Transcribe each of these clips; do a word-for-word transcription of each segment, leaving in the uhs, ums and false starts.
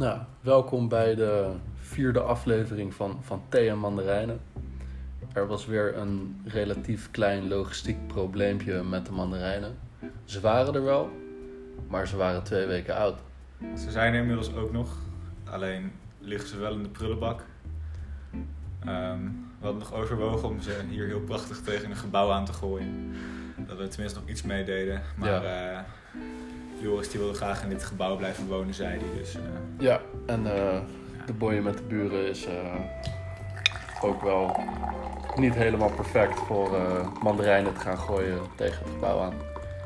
Nou, welkom bij de vierde aflevering van, van Thee en Mandarijnen. Er was weer een relatief klein logistiek probleempje met de mandarijnen. Ze waren er wel, maar ze waren twee weken oud. Ze zijn er inmiddels ook nog, alleen liggen ze wel in de prullenbak. Um, we hadden nog overwogen om ze hier heel prachtig tegen een gebouw aan te gooien. Dat we tenminste nog iets mee deden. Maar ja. uh, Joris die wilde graag in dit gebouw blijven wonen, zei hij. Dus, uh, ja, en uh, ja. de bonje met de buren is uh, ook wel niet helemaal perfect voor uh, mandarijnen te gaan gooien tegen het gebouw aan.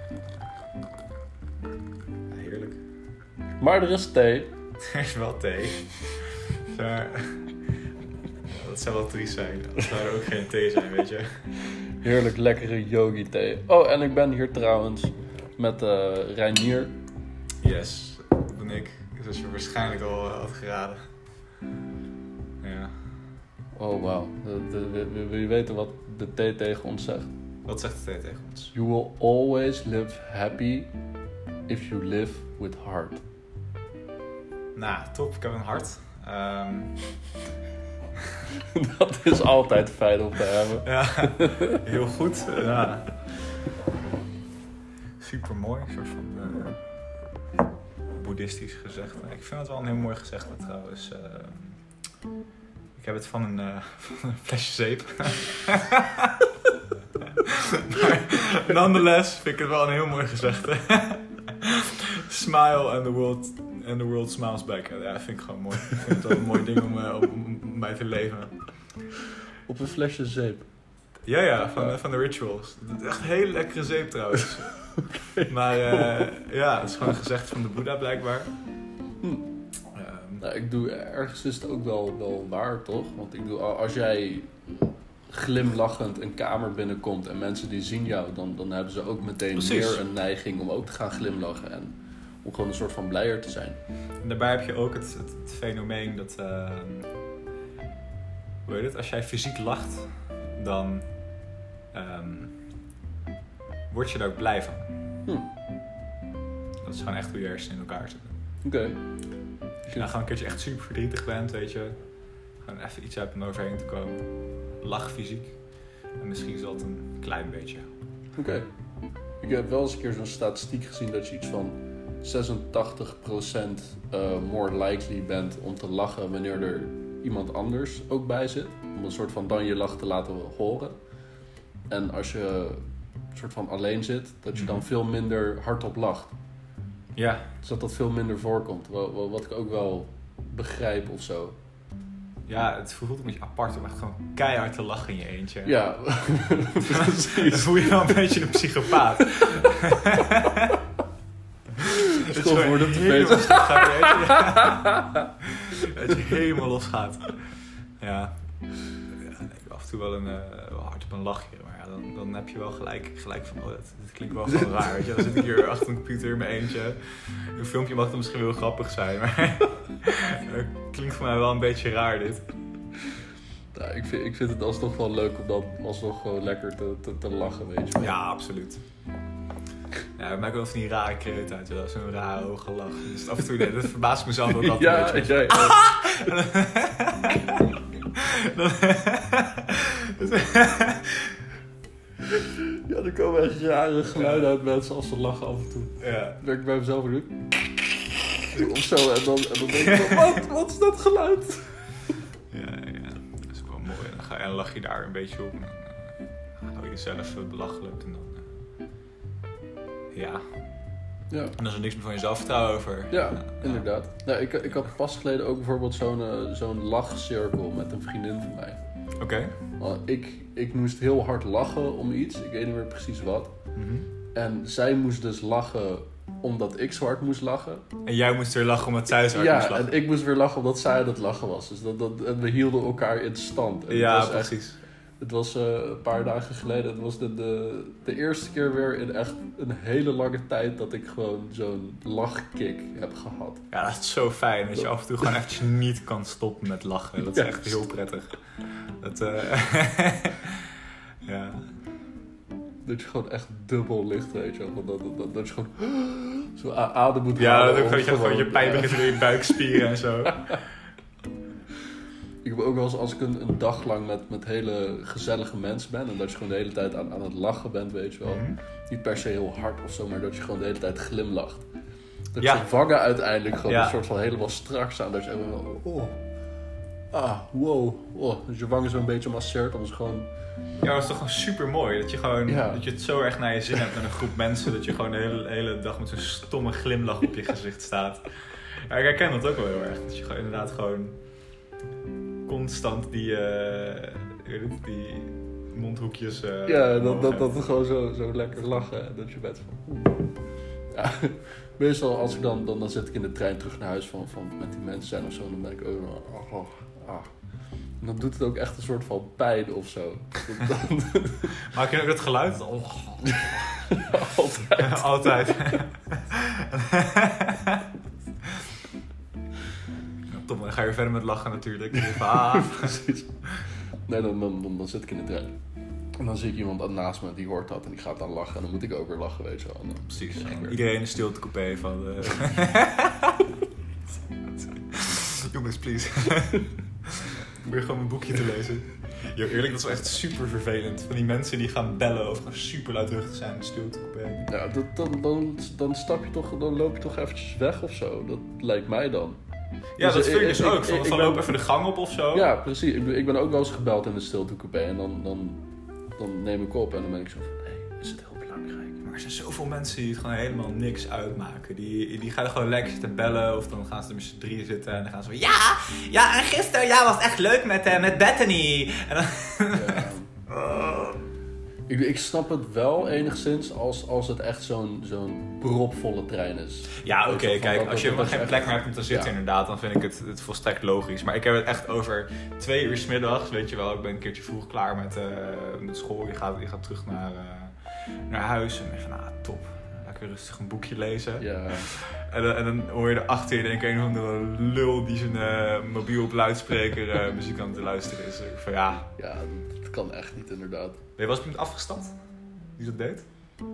Ja, heerlijk. Maar er is thee. Er is wel thee. Maar, dat zou wel triest zijn als er ook geen thee zijn, weet je. Heerlijk lekkere yogi thee. Oh, en ik ben hier trouwens met uh, Reinier. Yes, dat ben ik. Zoals je waarschijnlijk al had geraden. Ja. Oh, wauw. Wil je weten wat de thee tegen ons zegt? Wat zegt de thee tegen ons? You will always live happy if you live with heart. Nou, top. Ik heb een hart. Um... Dat is altijd fijn om te hebben. Ja, heel goed. Ja. Super mooi, een soort van uh, boeddhistisch gezegde. Ik vind het wel een heel mooi gezegde trouwens. Uh, ik heb het van een, uh, van een flesje zeep. Maar nonetheless vind ik het wel een heel mooi gezegde. Smile and the world, and the world smiles back. Ja, dat vind ik gewoon mooi. Ik vind het wel een mooi ding om, uh, om, om bij te leven. Op een flesje zeep? Ja, ja, van, uh, van de Rituals. Het is echt een hele lekkere zeep trouwens. Okay. Maar uh, ja, het is gewoon een gezegd van de Boeddha blijkbaar. Hm. Um, nou, ik doe, ergens is het ook wel, wel waar, toch? Want ik doe, als jij glimlachend een kamer binnenkomt en mensen die zien jou, dan, dan hebben ze ook meteen Precies. meer een neiging om ook te gaan glimlachen en om gewoon een soort van blijer te zijn. En daarbij heb je ook het, het, het fenomeen dat, uh, hoe heet het, als jij fysiek lacht, dan um, word je daar ook blij van. Hm. Dat is gewoon echt hoe je hersenen in elkaar zitten. Oké. Okay. Als je nou gewoon een keertje echt super verdrietig bent, weet je, gewoon even iets hebt om overheen te komen. Lach fysiek. En misschien zal het een klein beetje. Oké. Okay. Ik heb wel eens een keer zo'n statistiek gezien dat je iets van zesentachtig procent uh, more likely bent om te lachen wanneer er iemand anders ook bij zit. Om een soort van dan je lach te laten horen. En als je een soort van alleen zit, dat je dan veel minder hardop lacht. Ja. Dus dat dat veel minder voorkomt. Wat ik ook wel begrijp of zo. Ja, het voelt een beetje apart om echt gewoon keihard te lachen in je eentje. Ja. Dan voel je wel een beetje een psychopaat. Het is gewoon voor de helemaal los Dat je helemaal losgaat. Ja. Ja, ik heb af en toe wel, een, uh, wel hard op een lachje. Maar ja, dan, dan heb je wel gelijk, gelijk van, oh, dat, dat klinkt wel gewoon raar. Weet je? Dan zit ik hier achter een computer in mijn eentje. Een filmpje mag dan misschien wel grappig zijn. Maar het klinkt voor mij wel een beetje raar dit. Nou, ik, vind, ik vind het alsnog wel leuk om dan alsnog gewoon lekker te, te, te lachen, weet je wel. Ja, absoluut. Ja, ik maak wel van die rare kreet uit, wel zo'n rare hoge lach. Dus af en toe, nee, dat verbaast mezelf ook altijd ja, een beetje. Ja, ja. Ja, er komen echt rare geluiden uit mensen als ze lachen af en toe. Ja. Dat ik bij mezelf doe. Of zo, en dan, en dan denk ik, wat, wat is dat geluid? Ja, ja, dat is wel mooi. Dan ga je, en lach je daar een beetje op. En dan uh, hou je jezelf belachelijk. En dan, uh, ja. Ja. En dan is er niks meer van je zelfvertrouwen over. Ja, ja. inderdaad. Ja, ik, ik had pas geleden ook bijvoorbeeld zo'n, uh, zo'n lachcirkel met een vriendin van mij. Oké. Okay. Ik, ik moest heel hard lachen om iets. Ik weet niet meer precies wat. Mm-hmm. En zij moest dus lachen omdat ik zo hard moest lachen. En jij moest weer lachen omdat zij zo hard ja, moest lachen. Ja, en ik moest weer lachen omdat zij aan het lachen was. Dus dat, dat, en we hielden elkaar in stand. En ja, het was precies. Echt, het was uh, een paar dagen geleden. Het was de, de, de eerste keer weer in echt een hele lange tijd dat ik gewoon zo'n lachkick heb gehad. Ja, dat is zo fijn. Dat je af en toe gewoon eventjes niet kan stoppen met lachen. Dat is ja, echt heel prettig. Dat, uh... ja. Dat je gewoon echt dubbel ligt, weet je wel. Dat, dat, dat, dat je gewoon... zo adem moet Ja, halen. dan je gewoon je pijn begint in je buikspieren en zo. Ik heb ook wel eens, als ik een, een dag lang met, met hele gezellige mensen ben... en dat je gewoon de hele tijd aan, aan het lachen bent, weet je wel. Mm-hmm. Niet per se heel hard of zo, maar dat je gewoon de hele tijd glimlacht. Dat Ja. je wangen uiteindelijk gewoon Ja. een soort van helemaal strak staan. Dat je even wel, oh, ah, wow, oh. Dat je wangen zo een beetje masseert. Anders gewoon... Ja, dat is toch gewoon super mooi. Dat je gewoon Ja. dat je het zo erg naar je zin hebt met een groep mensen. Dat je gewoon de hele, hele dag met zo'n stomme glimlach op je gezicht staat. Ja, ik herken dat ook wel heel erg. Dat je gewoon inderdaad gewoon constant die, eh, weet het, die mondhoekjes... eh, Ja, dat, omhoog dat, hebt. dat we gewoon zo, zo lekker lachen. Dat je bent van... Ja, meestal als ik dan, dan, dan zit ik in de trein terug naar huis van, van met die mensen zijn of zo. Dan ben ik ook wel... Oh, oh, ah. En dan doet het ook echt een soort van pijn of zo. Dat, dan, Maak je ook dat geluid? Oh. altijd. Altijd. Ja, top, dan ga je verder met lachen natuurlijk. Ah. Precies. Nee, dan, dan, dan, dan zit ik in de trein. En dan zie ik iemand naast me die hoort dat en die gaat dan lachen. En dan moet ik ook weer lachen, weet je wel. En dan Precies. zeg ik weer- Iedereen is stiltecoupé van de... Jongens, please. Ik probeer gewoon mijn boekje te lezen. Yo, eerlijk, dat is wel echt super vervelend. Van die mensen die gaan bellen of gewoon super luidruchtig zijn in de stiltecoupé. Ja, dat, dan, dan, dan stap je toch, dan loop je toch eventjes weg of zo. Dat lijkt mij dan. Ja, Dus dat vind ik ik- dus ik- ook. ik- Van, ik van ben- loop even de gang op of zo. Ja, precies. Ik, ben- ik ben ook wel eens gebeld in de stiltecoupé. En dan, dan, dan neem ik op en dan ben ik zo van... Hé, hey, is het heel belangrijk? Maar er zijn zoveel mensen die het gewoon helemaal niks uitmaken. Die, die gaan gewoon lekker zitten bellen of dan gaan ze er met z'n drieën zitten en dan gaan ze van... Ja, ja en gisteren ja, was echt leuk met, uh, met Bethany. En dan... Ja. Ik, ik snap het wel enigszins als, als het echt zo'n, zo'n propvolle trein is. Ja, oké, Weet je, van kijk, dat- als je dat- helemaal dat geen je plek echt- meer hebt om te zitten Ja. inderdaad, dan vind ik het, het volstrekt logisch. Maar ik heb het echt over twee uur 's middags, weet je wel. Ik ben een keertje vroeg klaar met, uh, met school. Je gaat, je gaat terug naar, uh, naar huis en dan ben je van, ah, top. Lekker rustig een boekje lezen. Ja, En, dan, en dan hoor je erachter, je denkt een of andere lul die zijn uh, mobiel op luidspreker uh, muziek aan het luisteren is. Ik van ja, ja dat, dat kan echt niet inderdaad. ben je wel eens iemand afgestapt die dat deed?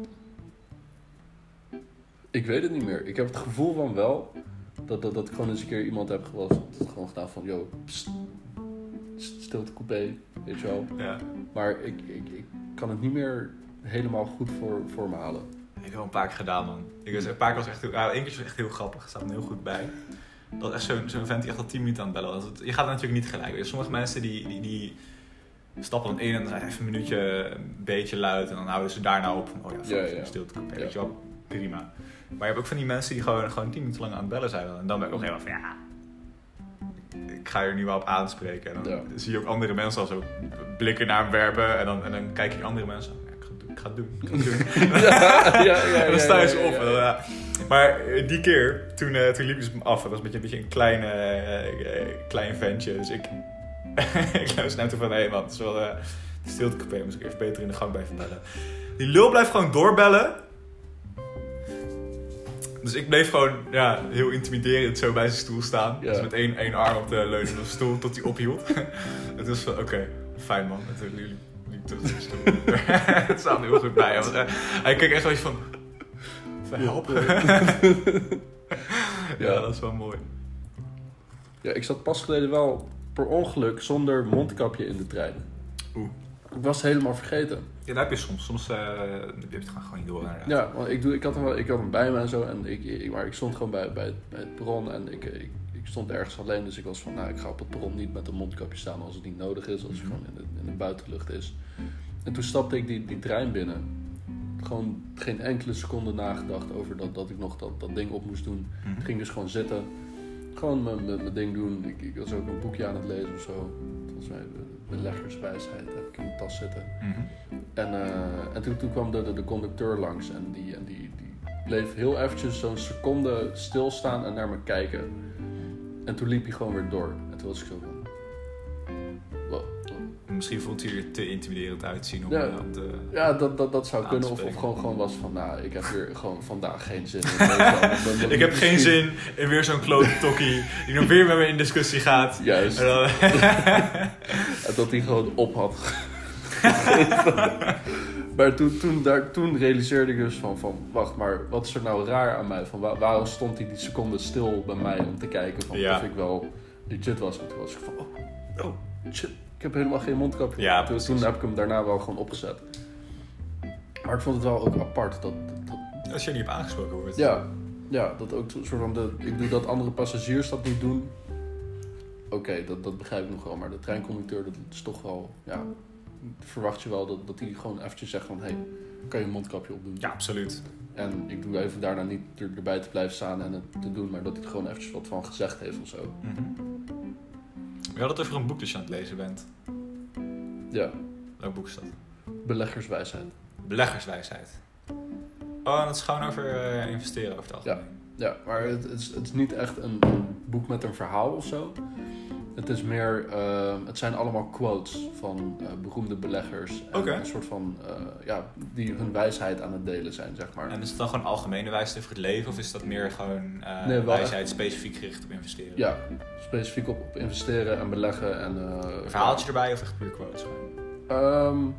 Ik weet het niet meer. Ik heb het gevoel van wel dat, dat, dat ik gewoon eens een keer iemand heb was, gewoon gedaan van, yo, pst, stilte coupé, weet je wel. Ja. Maar ik, ik, ik kan het niet meer helemaal goed voor, voor me halen. Ik heb wel een paar keer gedaan, man. Ik was, een paar keer was echt heel... Ja, één keer was echt heel grappig. Staat me heel goed bij. Dat was echt zo'n zo'n vent die echt al tien minuten aan het bellen was. Het- Je gaat er natuurlijk niet gelijk. Sommige mensen die, die, die stappen dan in en dan zijn even een minuutje een beetje luid. En dan houden ze daarna op van, oh ja, fuck, Ja, ja. stilte. Ja. Weet je wel, prima. Maar je hebt ook van die mensen die gewoon, gewoon tien minuten lang aan het bellen zijn. En dan ben ik ook helemaal van, ja... Ik ga er nu wel op aanspreken. En dan Ja. zie je ook andere mensen al zo blikken naar hem werpen. En dan, en dan kijk je die andere mensen aan. Ja, ik ga het doen, ik ga het doen. Ik ga het doen. ja, ja, ja, En dan sta je ja, ze ja, op. ja, En dan, ja. ja. Maar eh, die keer, toen, uh, toen liepen ze me af. Dat was een beetje een, beetje een klein, uh, uh, klein ventje. Dus ik, ik luister naar hem toe van... Hé hey man, het is wel uh, de stiltecoupé. Moest ik even beter in de gang blijven bellen. Die lul blijft gewoon doorbellen. Dus ik bleef gewoon ja, heel intimiderend zo bij zijn stoel staan. Ja. Dus met één, één arm op de leuning van de stoel tot hij ophield. Het was van, oké, okay, fijn man. En toen liep liep tussen de stoel. Het staat er heel goed bij. Hij, was, uh, hij keek echt wel eens van... van help. Ja, dat is wel mooi. Ja, ik zat pas geleden wel per ongeluk zonder mondkapje in de trein. Oeh. Ik was het helemaal vergeten. Ja, dat heb je soms. Soms uh, heb je het gewoon niet door inderdaad. Ja, want ik, doe, ik, had hem wel, ik had hem bij me en zo. En ik, ik, maar ik stond gewoon bij, bij, het, bij het perron. En ik, ik, ik stond ergens alleen. Dus ik was van, nou, ik ga op het perron niet met een mondkapje staan als het niet nodig is. Als het Mhm. gewoon in de, in de buitenlucht is. En toen stapte ik die, die trein binnen. Gewoon geen enkele seconde nagedacht over dat, dat ik nog dat, dat ding op moest doen. Mhm. Ik ging dus gewoon zitten. Gewoon mijn, mijn, mijn ding doen. Ik, ik was ook een boekje aan het lezen of zo. Volgens mij de Leggerswijsheid heb ik in mijn tas zitten. Mhm. En, uh, en toen, toen kwam de, de, de conducteur langs en die, en die, die bleef heel eventjes zo'n seconde stilstaan en naar me kijken. En toen liep hij gewoon weer door. En toen was ik zo van... Wow. Misschien vond hij er te intimiderend uitzien om, Ja. uh, om te... Ja, dat, dat, dat zou Aan kunnen. te Of, of spreken. gewoon, gewoon was van, nou, ik heb weer gewoon vandaag geen zin in. Weet je wel. Dan- dan- Ik heb geen misschien- zin in weer zo'n klote tokkie die nog weer met me in discussie gaat. Juist. En dan... En dat hij gewoon op had. Maar toen, toen, daar, toen realiseerde ik dus van, van, wacht, maar wat is er nou raar aan mij? Van, waar, waarom stond hij die seconde stil bij mij om te kijken van, ja. of ik wel legit was? En toen was ik van, oh, oh shit, ik heb helemaal geen mondkapje. Ja, toen, toen heb ik hem daarna wel gewoon opgezet. Maar ik vond het wel ook apart dat... dat Als je niet op aangesproken wordt. Ja, ja, dat ook soort van, de, ik doe dat andere passagiers dat niet doen. Oké, okay, dat, dat begrijp ik nog wel, maar de treinconducteur, dat is toch wel, ja, verwacht je wel dat, dat hij gewoon eventjes zegt van, hé, hey, kan je een mondkapje opdoen? Ja, absoluut. En ik doe even daarna niet er, erbij te blijven staan en het te doen, maar dat hij er gewoon eventjes wat van gezegd heeft of zo. Mm-hmm. We hadden het over een boek dat je aan het lezen bent. Ja. Welk boek is dat? Beleggerswijsheid. Beleggerswijsheid. Oh, en dat is gewoon over uh, investeren over het algemeen. Ja, ja maar het, het, is, het is niet echt een, een boek met een verhaal of zo. Het is meer, uh, het zijn allemaal quotes van uh, beroemde beleggers. En okay. Een soort van, uh, ja, die hun wijsheid aan het delen zijn, zeg maar. En is het dan gewoon algemene wijsheid over het leven? Of is dat meer gewoon uh, nee, wijsheid echt specifiek gericht op investeren? Ja, specifiek op, op investeren en beleggen. En, uh, een verhaaltje ja. erbij of echt puur quotes gewoon? Um,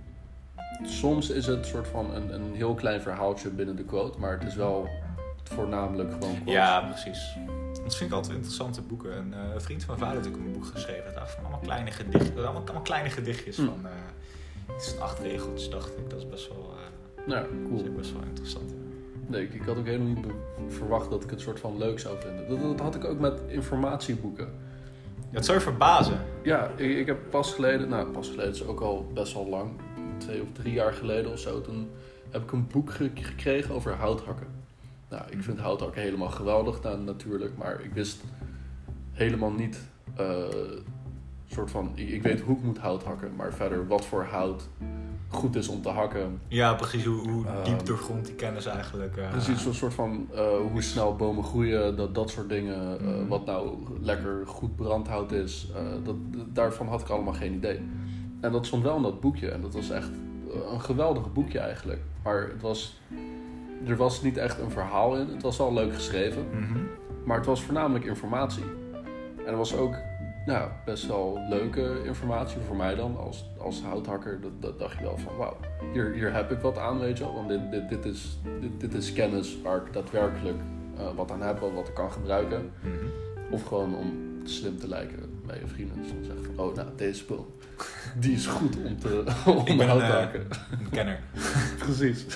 soms is het soort van een, een heel klein verhaaltje binnen de quote. Maar het is wel voornamelijk gewoon quotes. Ja, precies. Dat vind ik altijd interessante boeken. Een, uh, een vriend van mijn vader heeft ook een boek geschreven. Dat van allemaal kleine gedichtjes. Allemaal, allemaal kleine gedichtjes mm. van uh, iets van acht regeltjes, dacht ik. Dat is best wel, uh, ja, cool. Dat is best wel interessant. Ja. Nee, ik, ik had ook helemaal niet be- verwacht dat ik het soort van leuk zou vinden. Dat, dat had ik ook met informatieboeken. Ja, het zou je verbazen. Ja, ik, ik heb pas geleden, nou pas geleden is ook al best wel lang, twee of drie jaar geleden of zo, toen heb ik een boek ge- gekregen over houthakken. Nou, ik vind houthakken helemaal geweldig nou, natuurlijk, maar ik wist helemaal niet, uh, soort van, ik, ik weet hoe ik moet hout hakken, maar verder wat voor hout goed is om te hakken. Ja, precies, hoe, hoe diep um, doorgrond die kennis eigenlijk. Uh, precies, een soort van uh, hoe snel bomen groeien, dat, dat soort dingen, uh, mm. wat nou lekker goed brandhout is, uh, dat, daarvan had ik allemaal geen idee. En dat stond wel in dat boekje en dat was echt een geweldig boekje eigenlijk, maar het was... Er was niet echt een verhaal in. Het was wel leuk geschreven. Mm-hmm. Maar het was voornamelijk informatie. En er was ook nou, best wel leuke informatie voor mij dan. Als, als houthakker dat, dat dacht je wel van... Wauw, hier, hier heb ik wat aan, weet je wel. Want dit, dit, dit, is, dit, dit is kennis waar ik daadwerkelijk uh, wat aan heb. Wat ik kan gebruiken. Mm-hmm. Of gewoon om slim te lijken bij je vrienden. Dus dan zeg je van... Oh, nou, deze spul. Die is goed om te om hout te hakken. Uh, een kenner. Precies.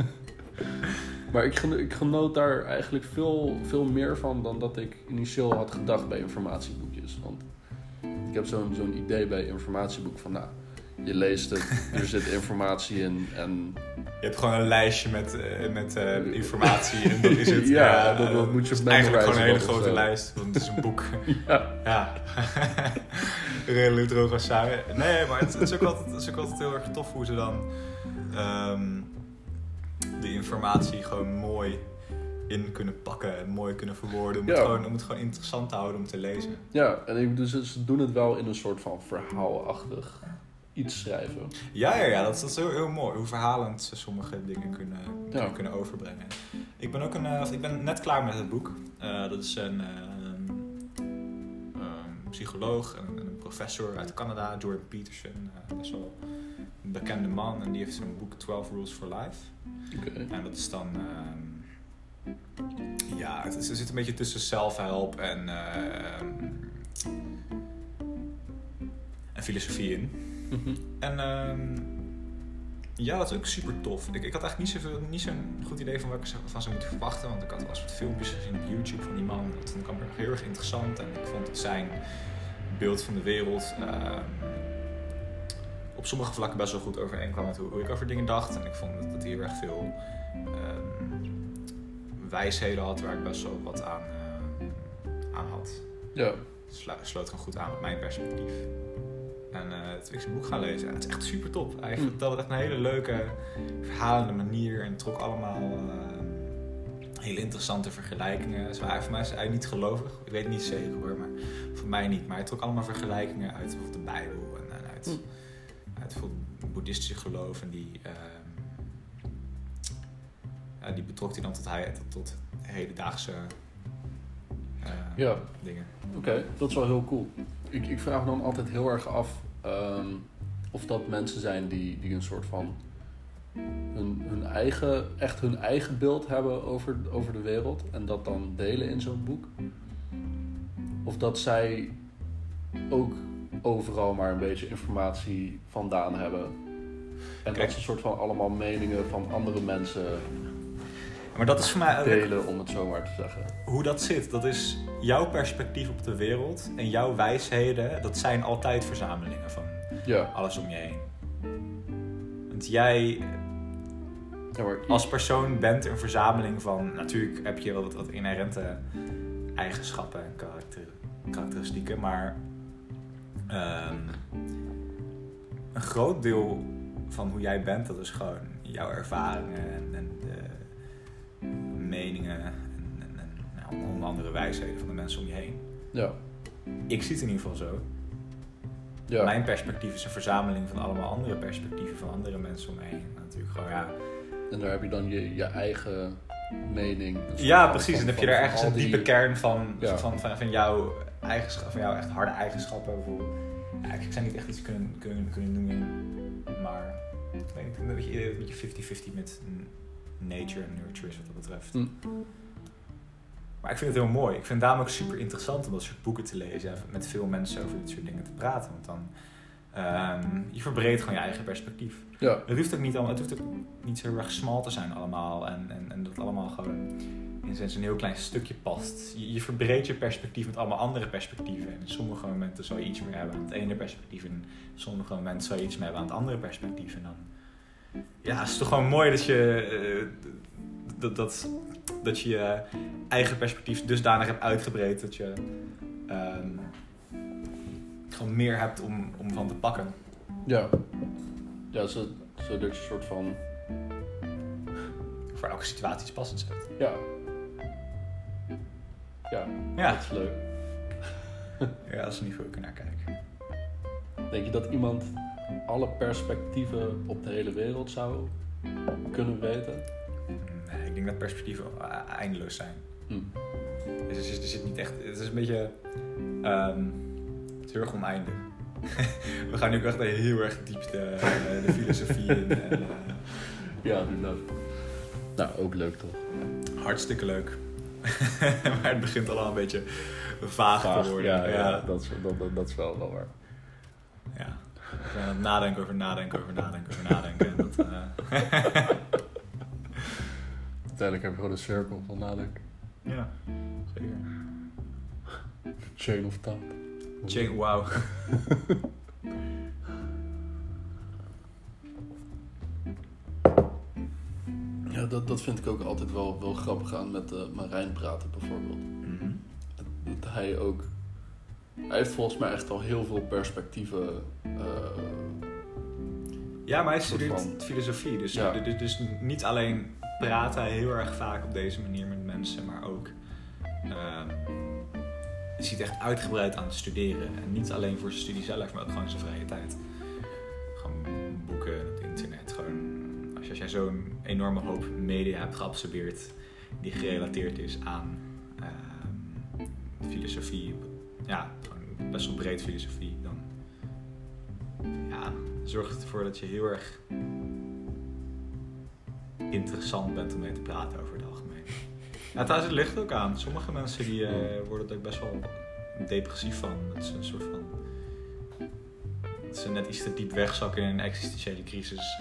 Maar ik, ik genoot daar eigenlijk veel, veel meer van dan dat ik initieel had gedacht bij informatieboekjes. Want ik heb zo'n, zo'n idee bij informatieboek van, nou, je leest het, er zit informatie in en... Je hebt gewoon een lijstje met, uh, met uh, informatie en dat is het. Ja, uh, dat, dat moet je eigenlijk gewoon een hele grote lijst, want het is een boek. Ja. Ja. Redelijk droog als samen. Nee, maar het, het, is ook altijd, het is ook altijd heel erg tof hoe ze dan... Um, de informatie gewoon mooi in kunnen pakken en mooi kunnen verwoorden. Om, ja. het gewoon, om het gewoon interessant te houden om te lezen. Ja, en ik, dus ze doen het wel in een soort van verhaalachtig iets schrijven. Ja, ja, ja dat, dat is heel, heel mooi. Hoe verhalend ze sommige dingen kunnen, ja. kunnen overbrengen. Ik ben ook een, uh, ik ben net klaar met het boek. Uh, dat is een, uh, een psycholoog en een professor uit Canada, Jordan Peterson. Uh, dat is wel een bekende man en die heeft zo'n boek twaalf Rules for Life. Okay. En dat is dan... Uh, ja, het, is, het zit een beetje tussen self-help en... Uh, en filosofie in. Mm-hmm. En uh, ja, dat is ook super tof. Ik, ik had eigenlijk niet, zoveel, niet zo'n goed idee van wat ik van zou moeten verwachten. Want ik had wel eens wat filmpjes gezien op YouTube van die man. Dat vond ik allemaal heel erg interessant. En ik vond het zijn beeld van de wereld... Uh, op sommige vlakken best wel goed overeenkwam met hoe, hoe ik over dingen dacht. En ik vond dat, dat hij heel erg veel um, wijsheden had waar ik best wel wat aan, uh, aan had. Ja. Het Slu- sloot gewoon goed aan met mijn perspectief. En uh, toen ben ik zijn boek gaan lezen. En het is echt super top. Hij mm. vertelde echt een hele leuke, verhalende manier. En trok allemaal uh, hele interessante vergelijkingen. Zo, hij, voor mij is hij niet gelovig. Ik weet het niet zeker hoor, maar voor mij niet. Maar hij trok allemaal vergelijkingen uit bijvoorbeeld de Bijbel en, en uit... Mm. uit veel boeddhistische geloof en die, uh, ja, die betrok hij dan tot, hij, tot, tot hedendaagse uh, ja. dingen. Oké, okay, dat is wel heel cool. Ik, ik vraag me dan altijd heel erg af um, of dat mensen zijn die, die een soort van hun, hun eigen, echt hun eigen beeld hebben over, over de wereld en dat dan delen in zo'n boek. Of dat zij ook overal maar een beetje informatie vandaan hebben. En Kijk. dat ze een soort van allemaal meningen van andere mensen Maar dat is voor mij... delen, om het zo maar te zeggen. Hoe dat zit, dat is jouw perspectief op de wereld. En jouw wijsheden, dat zijn altijd verzamelingen van Ja. alles om je heen. Want jij Ja, maar als persoon bent een verzameling van... Natuurlijk heb je wel wat, wat inherente eigenschappen en karakter, karakteristieken. Maar um, een groot deel van hoe jij bent, dat is gewoon jouw ervaringen en, en de meningen en, en, en nou, onder andere wijsheden van de mensen om je heen. Ja. Ik zie het in ieder geval zo. Ja. Mijn perspectief is een verzameling van allemaal andere perspectieven van andere mensen om me heen. Natuurlijk gewoon, ja... En daar heb je dan je, je eigen mening. een soort Ja, van- precies. van- En heb je van- er van ergens al een die- diepe kern van, Ja. van, van, van, jouw eigenschap, van jouw echt harde eigenschappen. Bijvoorbeeld. Ja, ik zou niet echt iets kunnen, kunnen, kunnen noemen, maar ik denk dat je een beetje vijftig vijftig met nature en nurture is wat dat betreft. Hm. Maar ik vind het heel mooi. Ik vind het daarom ook super interessant om dat soort boeken te lezen en met veel mensen over dit soort dingen te praten. Want dan um, je verbreedt gewoon je eigen perspectief. Ja. Het hoeft ook niet, allemaal, het hoeft ook niet zo heel erg smal te zijn allemaal. En, en, en dat het allemaal gewoon in zo'n heel klein stukje past. Je, je verbreedt je perspectief met allemaal andere perspectieven. En in sommige momenten zal je iets meer hebben aan het ene perspectief. En in sommige momenten zal je iets meer hebben aan het andere perspectief. En dan... Ja, het is toch gewoon mooi dat je... Uh, dat, dat, dat je je eigen perspectief dusdanig hebt uitgebreid. Dat je... Um, gewoon meer hebt om, om van te pakken. Ja. Ja, zo, zodat je een soort van... Voor elke situatie iets passends hebt. Ja. Ja, Ja. dat is leuk. Ja, dat is niet veel ik er naar kijk. Denk je dat iemand alle perspectieven op de hele wereld zou kunnen weten? Nee, ik denk dat perspectieven eindeloos zijn. Hm. Dus er zit, er zit niet echt... Het is een beetje... Um, het is heel erg oneindig. We gaan nu ook echt heel erg diep de, de filosofie in. En, uh, Ja, doe dat. Nou, ook leuk toch? hartstikke leuk. Maar het begint al een beetje vaag, Vaag, te worden. Ja, ja, ja. Dat, is, dat, dat, dat is wel wel waar. Ja. We gaan aan het nadenken over nadenken over nadenken over nadenken. En dat, uh... Uiteindelijk heb je gewoon een cirkel van nadenken. Ja, zeker. Chain of thought. Chain, wauw. Ja, dat, dat vind ik ook altijd wel, wel grappig aan met uh, Marijn praten bijvoorbeeld. Mm-hmm. Dat, dat hij ook... Hij heeft volgens mij echt al heel veel perspectieven. Uh, Ja, maar hij soort studeert van- filosofie. Dus, Ja. dus, dus niet alleen praat hij heel erg vaak op deze manier met mensen, maar ook... Uh, is hij echt uitgebreid aan het studeren. En niet alleen voor zijn studie zelf, maar ook gewoon zijn vrije tijd. Gewoon boeken, het internet. Gewoon, als, je, als jij zo'n enorme hoop media hebt geabsorbeerd die gerelateerd is aan uh, filosofie, ja, gewoon best wel breed filosofie, dan ja, zorgt het ervoor dat je heel erg interessant bent om mee te praten over het algemeen. Ja, trouwens, het ligt ook aan. Sommige mensen die, uh, worden er ook best wel depressief van. Dat ze een soort van... Dat ze net iets te diep wegzakken in een existentiële crisis.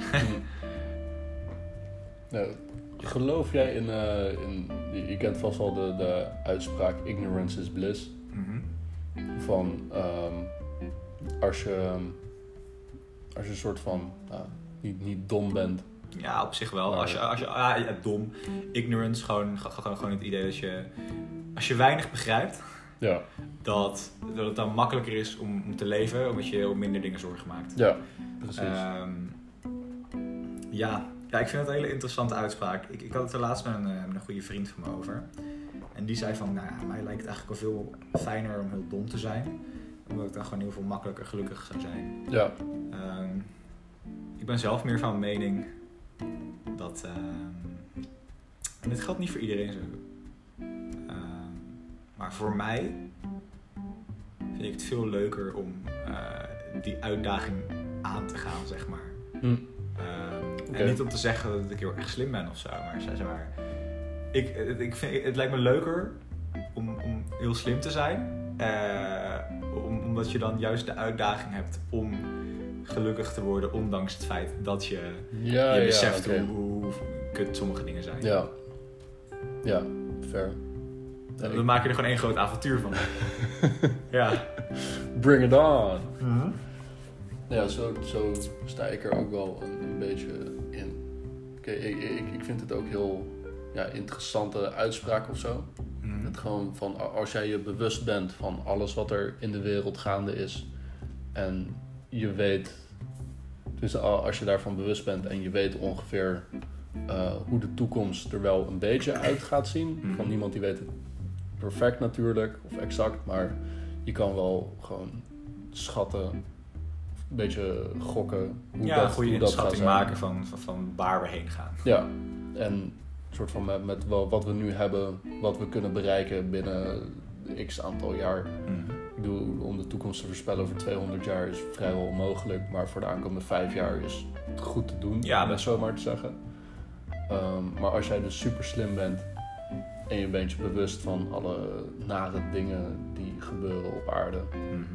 nou, geloof jij in, uh, in... Je kent vast wel de, de uitspraak ignorance is bliss. Mm-hmm. Van... Um, als je... Als je een soort van... Uh, niet, niet dom bent. Ja, op zich wel. Maar... Als je, als je, ah, ja, dom. Ignorance, gewoon, gewoon, gewoon het idee dat je... Als je weinig begrijpt... Ja. Dat, dat het dan makkelijker is om, om te leven, omdat je om minder dingen zorgen maakt. Ja, precies. Um, ja. ja, ik vind het een hele interessante uitspraak. Ik, ik had het er laatst met een, met een goede vriend van me over. En die zei van, nou ja, mij lijkt het eigenlijk al veel fijner om heel dom te zijn. Omdat ik dan gewoon heel veel makkelijker gelukkig zou zijn. Ja. Um, ik ben zelf meer van mening dat... Um, en dit geldt niet voor iedereen zo. Um, maar voor mij vind ik het veel leuker om uh, die uitdaging aan te gaan, zeg maar. Hm. Um, Okay. En niet om te zeggen dat ik heel erg slim ben of zo, maar zeg maar... Ik, ik vind, het lijkt me leuker om, om heel slim te zijn. Uh, om, omdat je dan juist de uitdaging hebt om gelukkig te worden, ondanks het feit dat je, ja, je beseft ja, okay. hoe, hoe kut sommige dingen zijn. Ja, ja, fair. Dan, dan maak je er gewoon één groot avontuur van. Ja. Bring it on! Mm-hmm. Ja, zo, zo sta ik er ook wel een, een beetje in. Okay, ik, ik, ik vind het ook heel ja, interessante uitspraak of zo. Mm-hmm. Het gewoon van als jij je bewust bent van alles wat er in de wereld gaande is en je weet, dus als je daarvan bewust bent en je weet ongeveer uh, hoe de toekomst er wel een beetje uit gaat zien. Mm-hmm. Van niemand die weet het perfect natuurlijk of exact, maar je kan wel gewoon schatten, een beetje gokken hoe ja, dat, een goede hoe dat inschatting gaat zijn. maken van, van, van waar we heen gaan. Ja, en soort van met, met wat we nu hebben, wat we kunnen bereiken binnen x aantal jaar. Mm-hmm. Ik bedoel, om de toekomst te voorspellen over tweehonderd jaar is vrijwel onmogelijk, maar voor de aankomende vijf jaar is het goed te doen, ja, om het best zo maar te zeggen. Um, maar als jij dus super slim bent en je bent je bewust van alle nare dingen die gebeuren op aarde, Mm-hmm.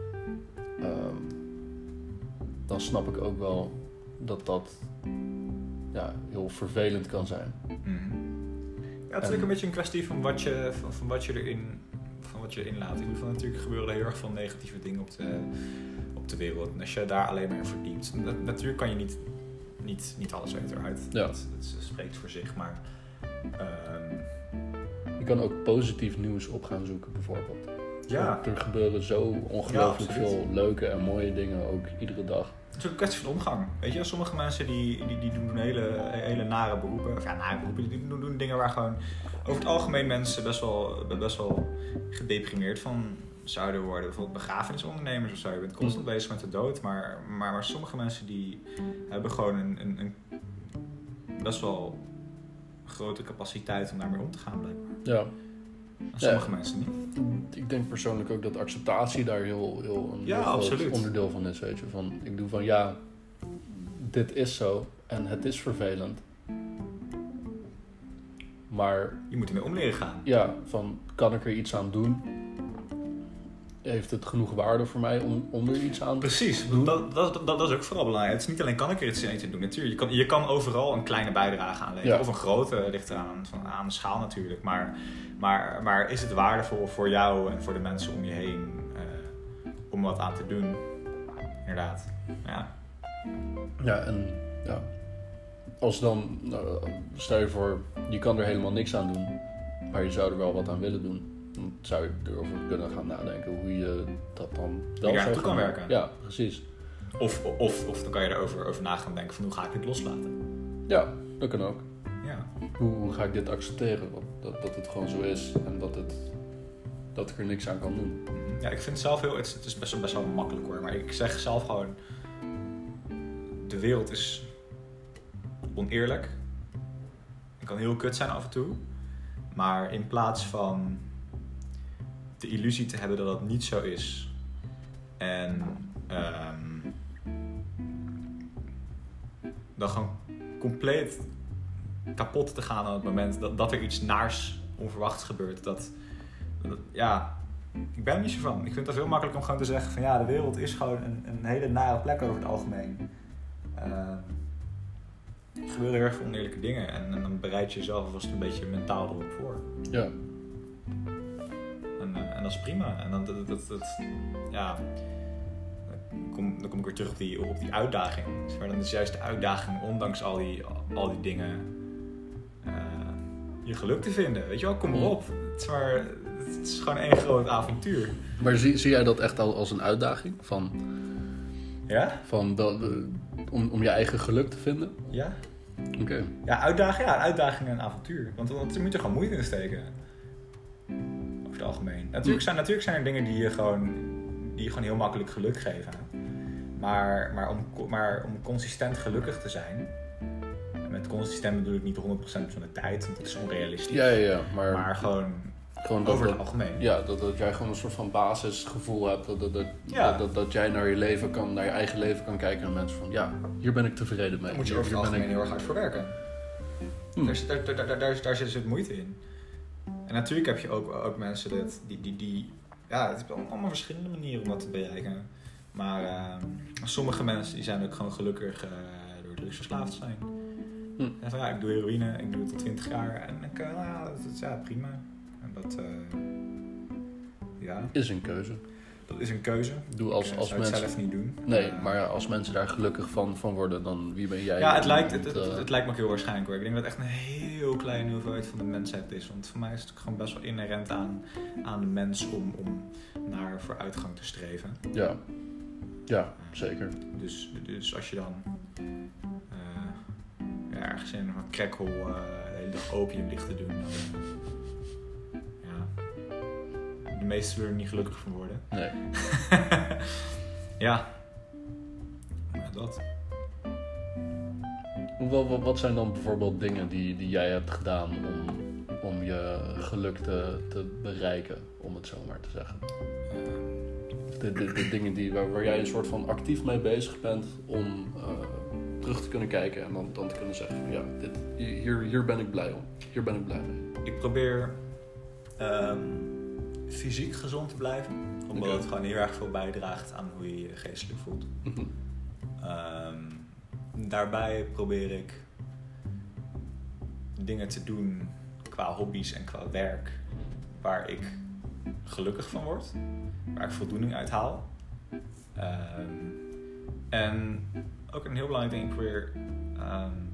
um, dan snap ik ook wel dat dat ja, heel vervelend kan zijn. Mm-hmm. Ja, het is ook een beetje een kwestie van wat je, van, van wat je erin, van wat je erin laat. Ik bedoel, natuurlijk gebeuren er heel erg veel negatieve dingen op de, op de wereld. En als je daar alleen maar in verdiept, dat, natuurlijk kan je niet, niet, niet alles eruit. Ja. Dat, dat spreekt voor zich, maar... Um, je kan ook positief nieuws op gaan zoeken, bijvoorbeeld. Ja. Er gebeuren zo ongelooflijk ja, veel leuke en mooie dingen, ook iedere dag. Het is ook een kwestie van omgang. Weet je, sommige mensen die, die, die doen hele, hele nare beroepen. Of ja, nare beroepen. Die doen, doen dingen waar gewoon over het algemeen mensen best wel, best wel gedeprimeerd van zouden worden. Bijvoorbeeld begrafenisondernemers of zo. Je bent constant mm. bezig met de dood. Maar, maar, maar sommige mensen die hebben gewoon een, een, een best wel grote capaciteit om daarmee om te gaan, blijkbaar. Ja. En sommige ja. mensen niet. Ik denk persoonlijk ook dat acceptatie daar heel, heel een ja, heel groot absoluut. onderdeel van is. Weet je. Van, ik doe van ja, dit is zo en het is vervelend. Maar... je moet ermee om leren gaan. Ja, van kan ik er iets aan doen? Heeft het genoeg waarde voor mij om, om er iets aan Precies, te doen? Dat, dat, dat, dat is ook vooral belangrijk. Het is niet alleen kan ik er iets aan doen. Natuurlijk, je kan, je kan overal een kleine bijdrage aan leveren. Ja. Of een grote, ligt eraan van, aan de schaal natuurlijk. Maar, maar, maar is het waardevol voor jou en voor de mensen om je heen uh, om wat aan te doen? Inderdaad. Ja, ja en ja. Als dan, nou, stel je voor, je kan er helemaal niks aan doen, maar je zou er wel wat aan willen doen. Dan zou je erover kunnen gaan nadenken hoe je dat dan wel je zou naartoe kan werken. Ja, precies. Of, of, of dan kan je erover over na gaan denken van hoe ga ik dit loslaten? Ja, dat kan ook. Ja. Hoe, hoe ga ik dit accepteren? Dat, dat het gewoon zo is en dat, het, dat ik er niks aan kan doen. Ja, ik vind het zelf heel... Het is, het is best, wel, best wel makkelijk hoor. Maar ik zeg zelf gewoon... De wereld is oneerlijk. Het kan heel kut zijn af en toe. Maar in plaats van de illusie te hebben dat dat niet zo is. En um, dan gewoon compleet kapot te gaan op het moment dat, dat er iets naars onverwachts gebeurt. Dat, dat, ja, ik ben er niet zo van. Ik vind het heel makkelijk om gewoon te zeggen van ja, de wereld is gewoon een, een hele nare plek over het algemeen. Uh, er gebeuren heel erg veel oneerlijke dingen en, en dan bereid je jezelf alvast een beetje mentaal erop voor. Ja. En, uh, en dat is prima. En dan, dat, dat, dat, ja, dan, kom, dan kom ik weer terug op die, op die uitdaging. Maar dan is juist de uitdaging, ondanks al die, al die dingen, uh, je geluk te vinden. Weet je wel, kom maar op. Het is, maar, het is gewoon één groot avontuur. Maar zie, zie jij dat echt al als een uitdaging? Van, ja? Van wel, om, om je eigen geluk te vinden? Ja. Oké. Okay. Ja, uitdaging, ja, uitdaging en een avontuur. Want, want je moet er gewoon moeite in steken. Over het algemeen. Natuurlijk zijn, natuurlijk zijn er dingen die je gewoon, die je gewoon heel makkelijk geluk geven. Maar, maar, om, maar om consistent gelukkig te zijn... En met consistent bedoel ik niet honderd procent van de tijd, want dat is onrealistisch. Ja, ja, ja. Maar, maar gewoon Gewoon dat, Over het dat, algemeen. Ja, dat, dat jij gewoon een soort van basisgevoel hebt. Dat, dat, dat, Ja. dat, dat, dat jij naar je leven kan, naar je eigen leven kan kijken. En mensen van, ja, hier ben ik tevreden mee. Daar moet je Hier- over het hier ben algemeen ik- heel erg hard voor werken. Hm. Daar, zit- daar, daar, daar, daar, daar zit dus moeite in. En natuurlijk heb je ook, ook mensen dat, die, die, die... Ja, het is allemaal verschillende manieren om dat te bereiken. Maar uh, sommige mensen die zijn ook gewoon gelukkig uh, door drugsverslaafd te zijn. Hm. En van ja, ik doe heroïne, ik doe het tot twintig jaar. En ik, uh, nou, dat is ja, prima. En dat... Uh, ja, Is een keuze. dat is een keuze. Ik doe als, Ik als zou het mensen... zelf niet doen. Nee, Uh, maar ja, als mensen daar gelukkig van, van worden, dan wie ben jij? Ja, het om- lijkt, om het, het, te- het, het lijkt me ook heel waarschijnlijk hoor. Ik denk dat het echt een heel kleine hoeveelheid van de mensheid is. Want voor mij is het ook gewoon best wel inherent aan, aan de mens om, om naar vooruitgang te streven. Ja, ja, zeker. Dus, dus als je dan uh, ja, ergens in een crackhol uh, de hele dag opium ligt te doen, dan uh, ja, de meesten zullen er niet gelukkig van worden. Nee. Ja, maar dat. Wat, wat, wat zijn dan bijvoorbeeld dingen die, die jij hebt gedaan om, om je geluk te, te bereiken, om het zo maar te zeggen? Uh, De, de, de dingen die, waar, waar jij een soort van actief mee bezig bent om uh, terug te kunnen kijken en dan, dan te kunnen zeggen van ja, dit, hier, hier ben ik blij om. Hier ben ik blij mee. Ik probeer um, fysiek gezond te blijven. Omdat Okay. het gewoon heel erg veel bijdraagt aan hoe je je geestelijk voelt. Mm-hmm. Um, daarbij probeer ik dingen te doen qua hobby's en qua werk waar ik gelukkig van word. Waar ik voldoening uit haal. Um, en ook een heel belangrijk ding, ik probeer um,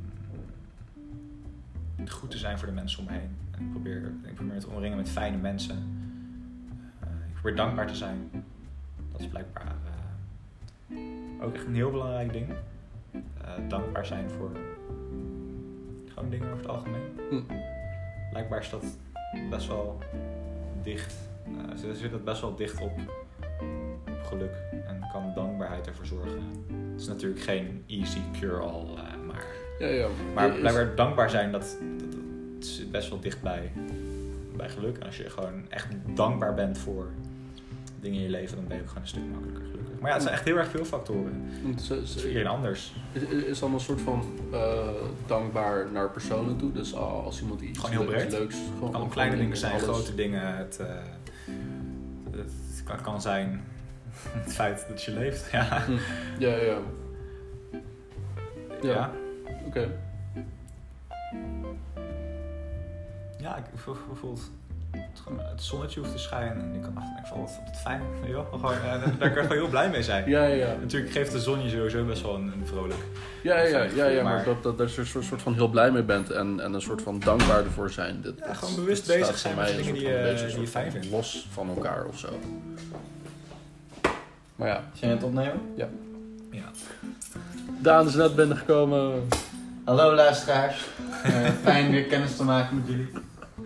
goed te zijn voor de mensen om me heen. En ik probeer, ik probeer me te omringen met fijne mensen. Uh, ik probeer dankbaar te zijn. Dat is blijkbaar uh, ook echt een heel belangrijk ding. Uh, dankbaar zijn voor gewoon dingen over het algemeen. Mm. Blijkbaar is dat best wel dicht. Uh, zit, zit dat best wel dicht op, op geluk. En kan dankbaarheid ervoor zorgen. Het is natuurlijk geen easy cure-all, uh, maar... Ja, ja. Maar Is- blijkbaar dankbaar zijn, dat, dat, dat zit best wel dicht bij, bij geluk. En als je gewoon echt dankbaar bent voor dingen in je leven, dan ben je ook gewoon een stuk makkelijker gelukkig. Maar ja, het zijn echt heel erg veel factoren. Want ze- Het is ze- voor iedereen anders. Is, is dan een soort van uh, dankbaar naar personen toe? Dus als iemand iets, Gewoon heel leuks- breed. leuks... Gewoon, Het kan gewoon kleine in- dingen in zijn, alles. grote dingen. Het, uh, het kan, kan zijn het feit dat je leeft. Ja, Hm. Ja, ja. Ja, ja. ja. oké. Okay. Ja, ik voel bijvoorbeeld het, gewoon, het zonnetje hoeft te schijnen en ik kan afdenken van wat wat fijn. Ja, gewoon, uh, daar kan ik gewoon heel blij mee zijn. Ja, ja, ja. Natuurlijk geeft de zon je sowieso best wel een, een vrolijk. Ja, ja, ja, ja, ja, maar, Maar- dat, dat, dat je er een soort van heel blij mee bent en, en een soort van dankbaar ervoor zijn. Dat, Ja, dat- gewoon bewust dat bezig staat zijn voor met mij dingen een die soort je- van- een beetje die je soort fijn van vindt. los van elkaar of zo. Maar ja, Zijn we het opnemen? Ja. Daan is net binnengekomen. Hallo luisteraars. Uh, fijn weer kennis te maken met jullie.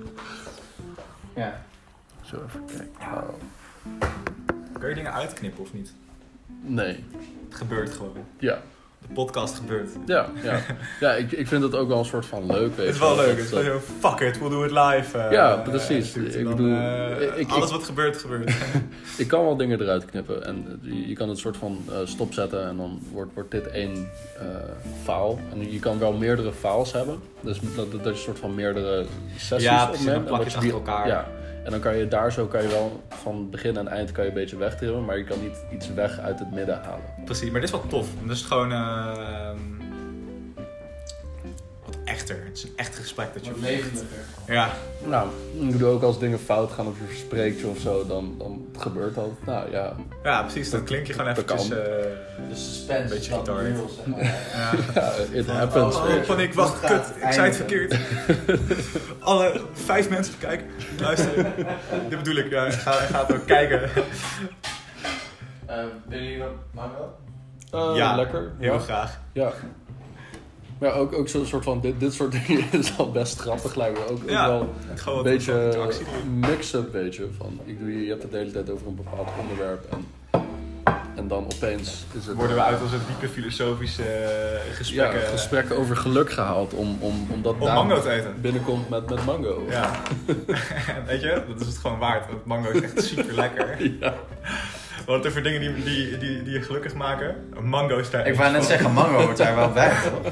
Ja. Zo even kijken. Oh. Kun je dingen uitknippen of niet? Nee, Het gebeurt gewoon. ja. De podcast gebeurt. Ja, ja. ja ik, ik vind het ook wel een soort van leuk. Weet Het is je wel wel, leuk. dat- Het is wel zo, fuck it, we'll do it live. uh, Ja, precies. uh, Ik dan, bedoel, uh, ik- ik- alles wat gebeurt, gebeurt. Ik kan wel dingen eruit knippen en je, je kan het soort van uh, stopzetten en dan wordt, wordt dit één uh, file. En je kan wel meerdere files hebben, dus dat, dat je een soort van meerdere sessies Ja, precies, opneemt. dan plak je dat ze die- achter elkaar. Ja, en dan kan je daar zo kan je wel van begin en eind kan je een beetje wegtrimmen, maar je kan niet iets weg uit het midden halen. Precies, maar dit is wel tof. Het is gewoon uh, wat echter. Het is een echt gesprek dat je Wat voert. levendiger. Ja, Nou, ik bedoel ook als dingen fout gaan of je verspreekt je of zo, dan, dan gebeurt dat. Nou ja, ja, precies. Dan klink je gewoon Dat eventjes... kan. Uh, De suspense Een beetje is dan retard. real, zeg maar. ja. ja it happens. Oh, oh, paniek, wacht, Dat gaat kut, ik zei het eindigen. verkeerd. Alle vijf mensen die kijken, luisteren. Dit bedoel ik, ja, ik ga, ik ga het ook kijken. Uh, willen jullie wat mango? Uh, Ja, lekker. Heel Ja. graag. Ja. Maar ook, ook zo'n soort van, dit, dit soort dingen is al best grappig lijkt me. Ook, ook Ja, wel gewoon een wat beetje interactie doen. mix-up, weet je. Van, ik doe, je hebt het de hele tijd over een bepaald onderwerp. En En dan opeens is het... Worden we uit onze diepe filosofische uh, gesprekken... Ja, gesprekken over geluk gehaald. Om, om, omdat om mango te eten. Binnenkomt met, met mango. Ja. En weet je, dat is het gewoon waard. Want mango is echt super lekker. Ja. Wat er voor dingen die, die, die, die je gelukkig maken? Mango is daar... Ik wou net zeggen, mango wordt daar wel bij, toch?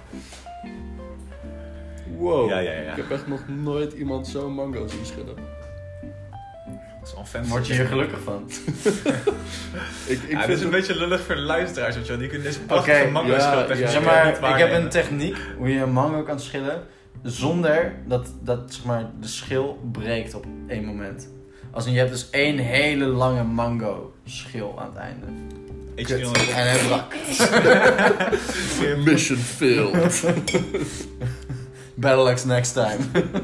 Wow, ja, ja, ja. Ik heb echt nog nooit iemand zo'n mango zien schudden. Dat is fancy. Word je hier gelukkig van? ik, ik ja, vind het is een beetje lullig voor de luisteraars, weet je wel. Die kunnen deze prachtige okay, mango ja, schillen. Ja, zeg maar, ik heb een techniek hoe je een mango kan schillen zonder dat, dat zeg maar, de schil breekt op één moment. Als in, je hebt dus één hele lange mango schil aan het einde. Ik en hij brak. Mission failed. Battle Axe next time.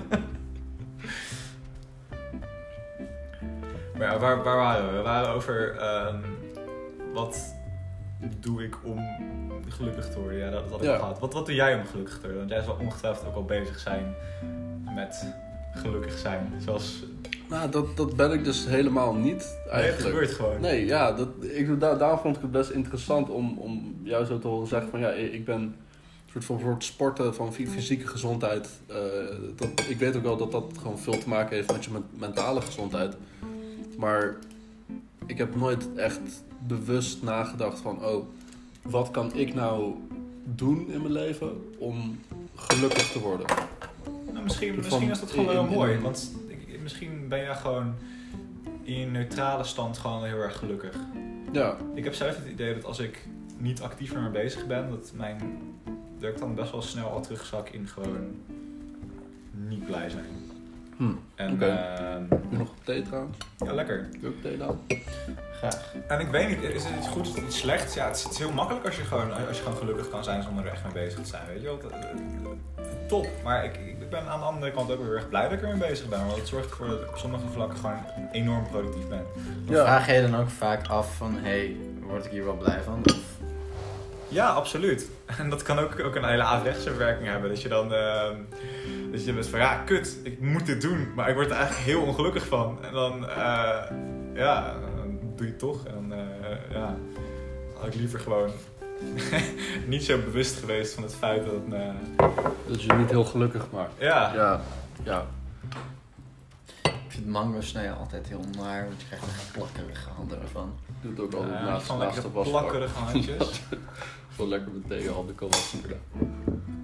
Maar ja, waar, waar waren we? We waren over um, wat doe ik om gelukkig te worden? Ja, dat, dat had ik ja. al gehad. Wat, wat doe jij om gelukkig te worden? Want jij zal ongetwijfeld ook al bezig zijn met gelukkig zijn. Zoals... Nou, dat, dat ben ik dus helemaal niet eigenlijk. Nee, het gebeurt gewoon. Nee, ja, dat, ik, daar, daarom vond ik het best interessant om, om jou zo te horen zeggen van ja, ik ben een soort van voor het sporten van fysieke gezondheid. Uh, dat, ik weet ook wel dat dat gewoon veel te maken heeft met je mentale gezondheid. Maar ik heb nooit echt bewust nagedacht van oh, wat kan ik nou doen in mijn leven om gelukkig te worden? Nou, misschien, van, misschien is dat gewoon wel in, mooi, in, want misschien ben jij gewoon in je neutrale stand gewoon heel erg gelukkig. Ja. Ik heb zelf het idee dat als ik niet actief mee bezig ben, dat, mijn, dat ik dan best wel snel al terugzak in gewoon niet blij zijn. Hm. En, okay. uh, Heb je nog thee trouwens? Ja, lekker. Heb je ook thee dan? Graag. En ik weet niet, is het iets goeds of iets slechts? Ja, het is, het is heel makkelijk als je, gewoon, als je gewoon gelukkig kan zijn zonder er echt mee bezig te zijn, weet je wel. Top, maar ik, ik ben aan de andere kant ook weer erg blij dat ik ermee bezig ben. Want het zorgt ervoor dat ik op sommige vlakken gewoon enorm productief ben. Ja. Vraag je je dan ook vaak af van, hé, hey, word ik hier wel blij van? Of... Ja, absoluut. En dat kan ook, ook een hele averechtse werking hebben. Dat je dan, uh, dat je bent van, ja, kut, ik moet dit doen. Maar ik word er eigenlijk heel ongelukkig van. En dan, uh, ja, dan doe je het toch. En dan, uh, ja, had ik liever gewoon... niet zo bewust geweest van het feit dat het... Uh... Dat je je niet heel gelukkig maakt. Ja. Ja, ja. Ik vind mango snijden altijd heel naar, want je krijgt echt plakkerige handen ervan. Ik doe het ook altijd uh, naast, van naast de lekker wasbak. plakkerige handjes. Wel lekker met tegenhanden kan wassen gedaan.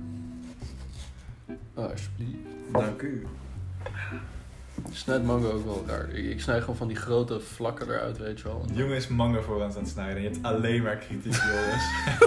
Ah, alsjeblieft. Dank u. Snijdt mango ook wel raar. Ik, ik snij gewoon van die grote vlakken eruit, weet je wel. De jongen is mango voor ons aan het snijden. Je hebt alleen maar kritiek, jongens.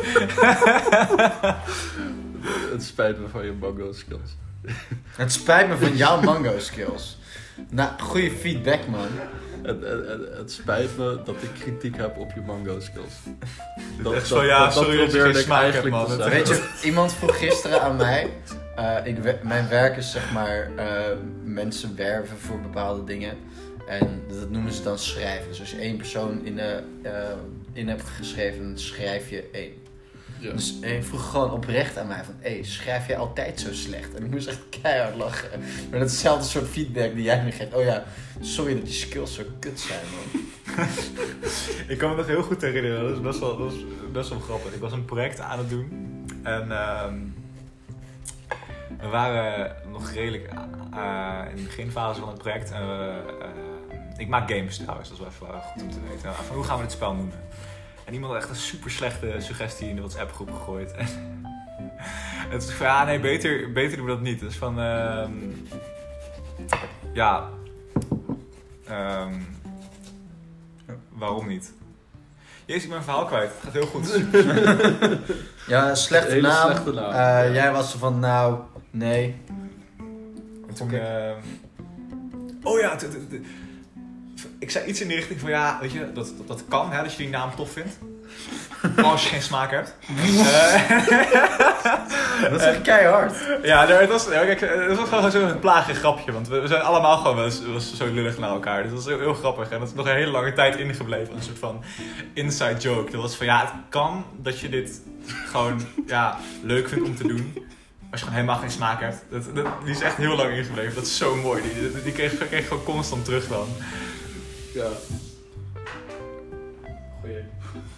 Het spijt me van je mango skills. Het spijt me van jouw mango skills. Nou, goede feedback, man. Het, het, het, het spijt me dat ik kritiek heb op je mango skills. Dat, echt zo, ja, dat, sorry dat, dat je geen smaak hebt, man. Weet je, iemand vroeg gisteren aan mij... Uh, ik, mijn werk is zeg maar uh, mensen werven voor bepaalde dingen. En dat noemen ze dan schrijven. Dus als je één persoon in, de, uh, in hebt geschreven, dan schrijf je één. Ja. Dus ik vroeg gewoon oprecht aan mij van... Hé, hey, schrijf jij altijd zo slecht? En ik moest echt keihard lachen. Maar dat is hetzelfde soort feedback die jij me geeft. Oh ja, sorry dat die skills zo kut zijn, man. Ik kan me nog heel goed herinneren. Dat is best wel, dat is best wel grappig. Ik was een project aan het doen. En... Uh, we waren nog redelijk uh, in de beginfase van het project. En we, uh, ik maak games trouwens, dat is wel even goed om te weten. Van, hoe gaan we dit spel noemen? En iemand had echt een super slechte suggestie in de WhatsApp groep gegooid. En het is van, ja nee, beter, beter doen we dat niet. Dus van, uh, ja, um, waarom niet? Jezus, ik ben een verhaal kwijt. Het gaat heel goed. Ja, slechte Hele naam. Slechte naam. Uh, ja. Jij was er van, nou, nee. En toen, uh, oh ja, t- t- t- ik zei iets in de richting van, ja, weet je, dat, dat, dat kan, hè, dat je die naam tof vindt. Als je geen smaak hebt. uh, dat is echt keihard. Ja, het was, kijk, het was gewoon zo'n plagen grapje, want we, we zijn allemaal gewoon wel eens, wel zo lullig naar elkaar. Dus dat was heel, heel grappig en dat is nog een hele lange tijd ingebleven. Een soort van inside joke. Dat was van, ja, het kan dat je dit gewoon, ja, leuk vindt om te doen. Als je gewoon helemaal geen smaak hebt. Dat, dat, die is echt heel lang ingebleven. Dat is zo mooi. Die, die, die kreeg, kreeg gewoon constant terug dan. Ja. Goeie.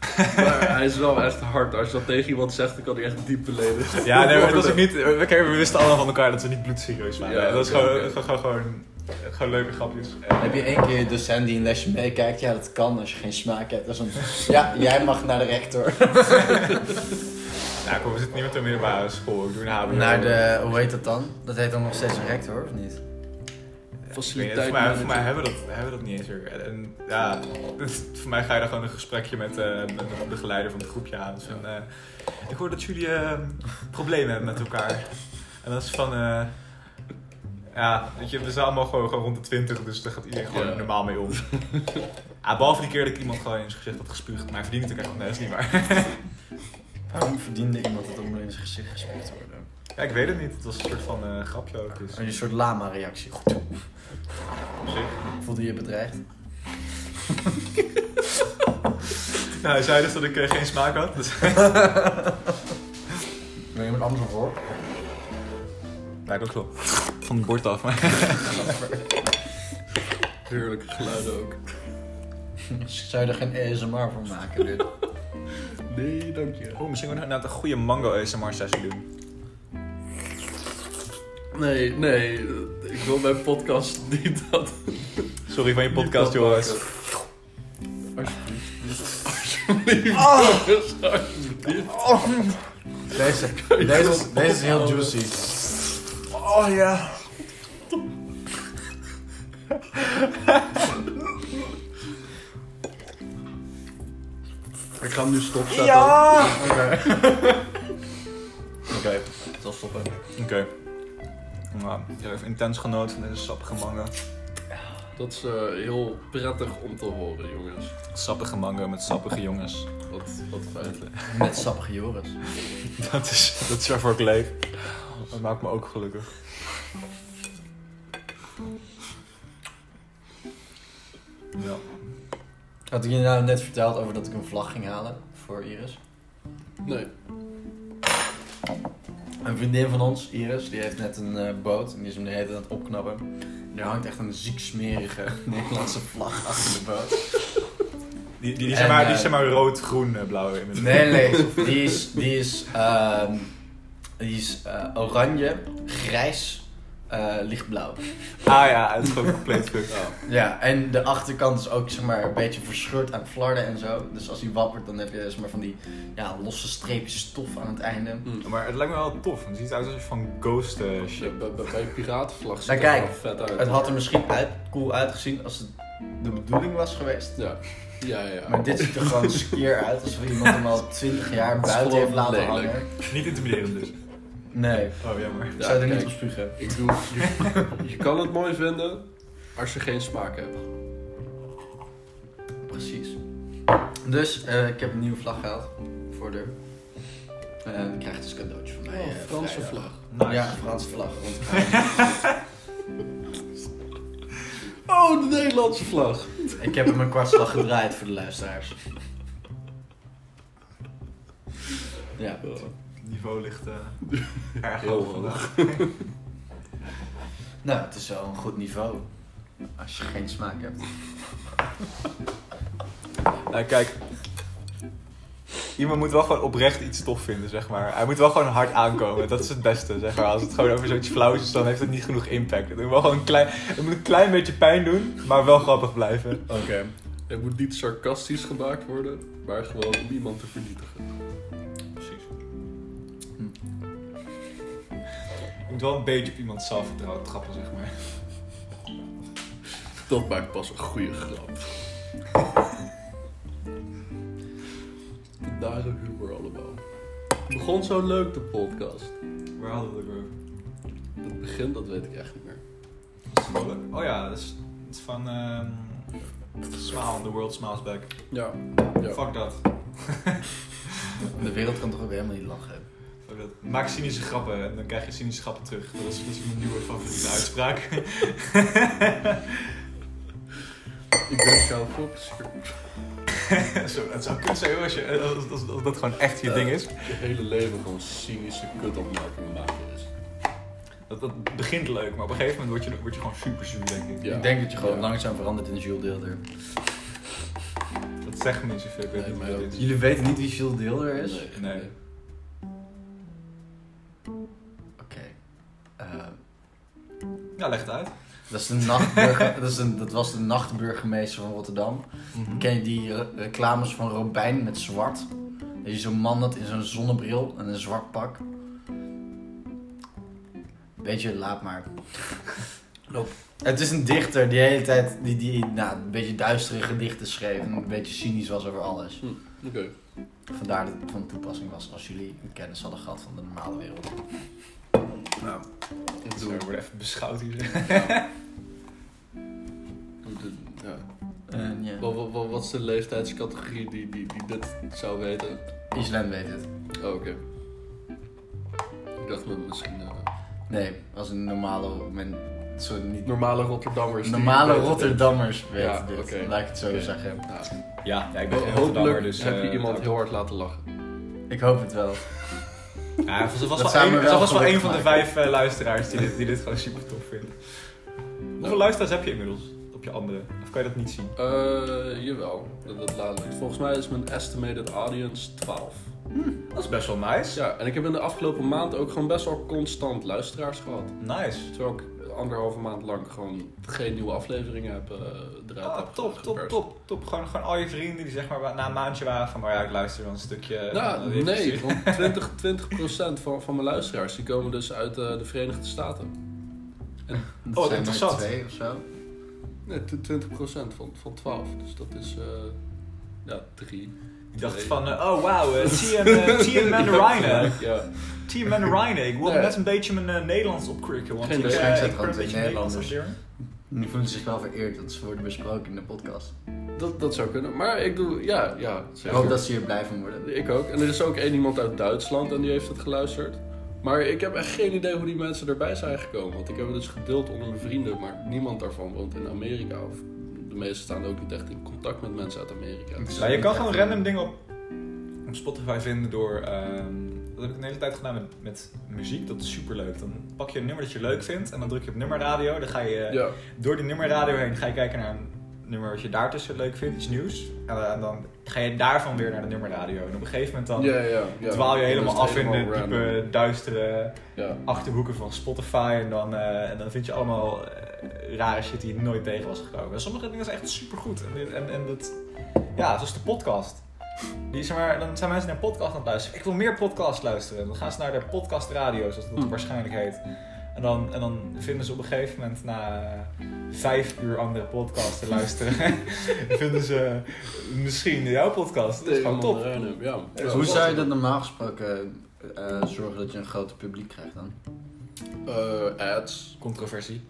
Maar hij is wel echt hard. Als je dat tegen iemand zegt, dan kan hij echt diep beledigd. Ja, nee, maar dat is ook niet... We, kijk, we wisten allemaal van elkaar dat we niet bloedserieus waren. Ja, dat is oké, gewoon, oké. gewoon, gewoon, gewoon, gewoon leuke grapjes. En, Heb je één keer een docent die een lesje meekijkt? Ja, dat kan als je geen smaak hebt. Dat is een... Ja, jij mag naar de rector. Ja, kom, we zitten niet meer ter middelbare school. Ik doe een H B O. Naar de... Hoe heet dat dan? Dat heet dan nog steeds een rector, of niet? Faciliteit Voor mij, voor manager. mij hebben we dat, hebben we dat niet eens hoor. En, en ja, voor mij ga je dan gewoon een gesprekje met, uh, met de begeleider van het groepje aan. Dus van, uh, ik hoor dat jullie uh, problemen hebben met elkaar. En dat is van, uh, ja, weet je, we zijn allemaal gewoon, gewoon rond de twintig, dus daar gaat iedereen gewoon Ja. normaal mee om. Ja, behalve die keer dat ik iemand gewoon in zijn gezicht had gespuugd. Maar hij verdient het ook echt, nee, dat is niet waar. Waarom verdiende iemand het om in zijn gezicht gespuugd te worden? Ja, ik weet het niet. Het was een soort van uh, grapje ook. Dus. Een soort lama-reactie. Op zich. Voelde je je bedreigd? Nou, hij zei dus dat ik uh, geen smaak had. Dus. Ben je met anders voor? Lijkt ook wel. Van het bord af, maar... Heerlijke geluiden ook. Zou je er geen A S M R voor maken? Dit? Nee, dank je. Oh, misschien moeten we inderdaad een goede mango A S M R sessie doen. Nee, nee. Ik wil mijn podcast niet dat... Sorry van je podcast, niet dat jongens. maken. Alsjeblieft. Alsjeblieft. Oh. jongens, alsjeblieft. Oh. Deze, deze, is, deze is heel juicy. Oh ja. Ik ga hem nu stopzetten. Ja! Oké. Oké, ik zal stoppen. Oké. Okay. Nou, ik heb even intens genoten van deze sappige mango. Dat is uh, heel prettig om te horen, jongens. Sappige mango met sappige jongens. Wat, wat fijn. Met sappige Joris. Dat is, dat is waarvoor ik leef. Dat maakt me ook gelukkig. Ja. Had ik je nou net verteld over dat ik een vlag ging halen voor Iris? Nee. Een vriendin van ons, Iris, die heeft net een uh, boot en die is hem de hele tijd aan het opknappen. En er hangt echt een ziek smerige Nederlandse vlag achter de boot. Die, die, die, En, zijn maar, die uh, zijn maar rood, groen, uh, blauw in het Nee, nee, die is, die is, uh, die is uh, oranje, grijs, uh, lichtblauw. Ah ja, het is gewoon compleet fucked. Oh. Ja, en de achterkant is ook zeg maar, een beetje verscheurd aan flarden en zo. Dus als die wappert, dan heb je zeg maar, van die ja, losse streepjes stof aan het einde. Hm. Maar het lijkt me wel tof, want het ziet uit als een van ghost uh, shit. Bij, bij, bij piratenvlag ziet Nou, het er kijk, wel vet uit. Het had er misschien uit, cool uitgezien als het de bedoeling was geweest. Ja. Ja, ja. Maar dit ziet er gewoon skeer uit, alsof iemand hem al twintig jaar Het is buiten gewoon heeft laten lelijk. hangen. Niet intimiderend dus. Nee, Oh, jammer. ik Ja, zou er niet kijk. op spugen. Ik doe, je, je kan het mooi vinden als je geen smaak hebt. Precies. Dus, uh, ik heb een nieuwe vlag gehaald voor de... Uh, je krijgt dus een cadeautje van mij. Oh, uh, Franse vrijdag. vlag. Nice. Ja, Franse vlag. Want, Oh, de Nederlandse vlag. ik heb hem een kwartslag gedraaid voor de luisteraars. Ja. Niveau ligt uh, erg Heel hoog hoog. vandaag. Nou, het is wel een goed niveau. Als je geen smaak hebt. Nou, kijk. Iemand moet wel gewoon oprecht iets tof vinden, zeg maar. Hij moet wel gewoon hard aankomen. Dat is het beste, zeg maar. Als het gewoon over zoiets flauws is, dan heeft het niet genoeg impact. Het moet wel gewoon een klein, het moet een klein beetje pijn doen, maar wel grappig blijven. Oké. Okay. Het moet niet sarcastisch gemaakt worden, maar gewoon om iemand te vernietigen. Precies. Hm. Je moet wel een beetje op iemand zelfvertrouwen trappen, zeg maar. Dat maakt pas een goede grap. De nare humor allemaal. Het begon zo leuk, de podcast. Waar hadden we het over? Het begin, dat weet ik echt niet meer. Is het wel leuk? Oh ja, dat is, dat is van... Um, Smile, The World Smiles Back. Ja. ja. Fuck dat. De wereld kan toch ook helemaal niet lachen. Fuck dat. Maak cynische grappen en dan krijg je cynische grappen terug. Dat is, dat is mijn nieuwe favoriete uitspraak. Ik wens jou veel plezier. Zo, het zou kunnen zijn hoor, als, je, als, als, als dat gewoon echt je Ja, ding is. Je hele leven gewoon cynische kutopmerkingen maken is. Dat, dat begint leuk, maar op een gegeven moment word je, word je gewoon super zuur, denk ik. Ja. Ik denk dat je gewoon Ja. langzaam verandert in Jules Deelder. Dat Dat zegt me niet zoveel. Ik weet Nee, niet mij wat ook dit is. Jullie weten niet wie Jules Deelder is? Nee. Nee. Oké. Eh, Ja, leg het uit. dat, is de nachtburger, dat, is een, dat was de nachtburgemeester van Rotterdam. Mhm. Ken je die re- reclames van Robijn met zwart? Dat je zo'n man had in zo'n zonnebril en een zwart pak. Weet je, laat maar. Nope. Het is een dichter die de hele tijd die, die, nou, een beetje duistere gedichten schreef en een beetje cynisch was over alles. Hm, Oké. Okay. Vandaar dat het van toepassing was als jullie een kennis hadden gehad van de normale wereld. Nou, ik Zo, doe we worden even beschouwd hier. Ja. Doe de- ja. En ja, Wat, wat, wat is de leeftijdscategorie die, die, die dit zou weten? Island weet het. Oh, oké. Ik dacht me misschien... Uh, Nee, als een normale, men, zo niet, normale Rotterdammers. die normale weten Rotterdammers weten Ja, dit. oké. Laat ik het zo Oké. zeggen. dit. Nou, Ja, ja, ik ben geen hopelijk Rotterdammer, dus... heb je eh, iemand nou, heel hard laten lachen. Ik hoop het wel. Ja, het was, was Dat wel zou een, me het wel was wel gelukkig een van de maken. vijf uh, luisteraars die dit, die dit gewoon super tof vinden. Hoeveel luisteraars heb je inmiddels op je andere? Of kan je dat niet zien? Uh, jawel, dat, dat laat ik. Volgens mij is mijn estimated audience twaalf. Dat is best wel nice. Ja, en ik heb in de afgelopen maand ook gewoon best wel constant luisteraars gehad. Nice. Terwijl ik anderhalve maand lang gewoon geen nieuwe afleveringen heb uh, eruit Ah, heb top, top, geperst. top, top. Gewoon, gewoon al je vrienden die zeg maar na een maandje waren van, maar ja, ik luister dan een stukje. Nou, van, uh, nee, dit. want twintig, twintig procent van, van mijn luisteraars die komen dus uit uh, de Verenigde Staten. En, Dat wat zijn interessant. er twee of zo. nee, twintig procent van, van twaalf, dus dat is uh, ja, drie. Ik dacht twee. van, uh, oh wauw, uh, T M uh, T M Mandarijnen. Ja, T M Mandarijnen. Ik wil Nee. net een beetje mijn uh, Nederlands opkrikken, want Geen ik, idee. uh, Waarschijnlijk ik zijn ben het een gewoon beetje twee Nederlands Nederlanders. leren. Nu voelen ze zich wel vereerd dat ze worden besproken in de podcast. dat, dat zou kunnen. Maar ik doe, ja, ja, Ik zeker. hoop dat ze hier blij van worden. Ik ook. En er is ook één iemand uit Duitsland en die heeft het geluisterd. Maar ik heb echt geen idee hoe die mensen erbij zijn gekomen. Want ik heb het dus gedeeld onder mijn vrienden, maar niemand daarvan woont in Amerika. Of de meesten staan ook niet echt in contact met mensen uit Amerika. Ik Nou, je kan gewoon random dingen op, op Spotify vinden door... ehm, dat heb ik een hele tijd gedaan met, met muziek. Dat is super leuk. Dan pak je een nummer dat je leuk vindt en dan druk je op nummerradio. Dan ga je Ja, door die nummerradio heen ga je kijken naar een nummer wat je daartussen leuk vindt, iets nieuws. En, uh, en dan ga je daarvan weer naar de nummerradio. En op een gegeven moment dan ja, ja. ja. dwaal je Dan helemaal is het af in de helemaal random. diepe, duistere Ja. achterhoeken van Spotify. En dan, uh, en dan vind je allemaal uh, rare shit die je nooit tegen was gekomen. En sommige dingen zijn echt supergoed. En, dit, en, en dat, ja, zoals de podcast. Die, zeg maar, dan zijn mensen naar een podcast aan het luisteren. Ik wil meer podcasts luisteren. Dan gaan ze naar de podcastradio, zoals dat Hm. waarschijnlijk heet. En dan, en dan vinden ze op een gegeven moment na uh, vijf uur andere podcasts te luisteren, vinden ze misschien jouw podcast. Dat is gewoon top. Random, ja. Ja, Dus hoe zou je dat normaal gesproken uh, zorgen dat je een groter publiek krijgt dan? Uh, ads. Controversie.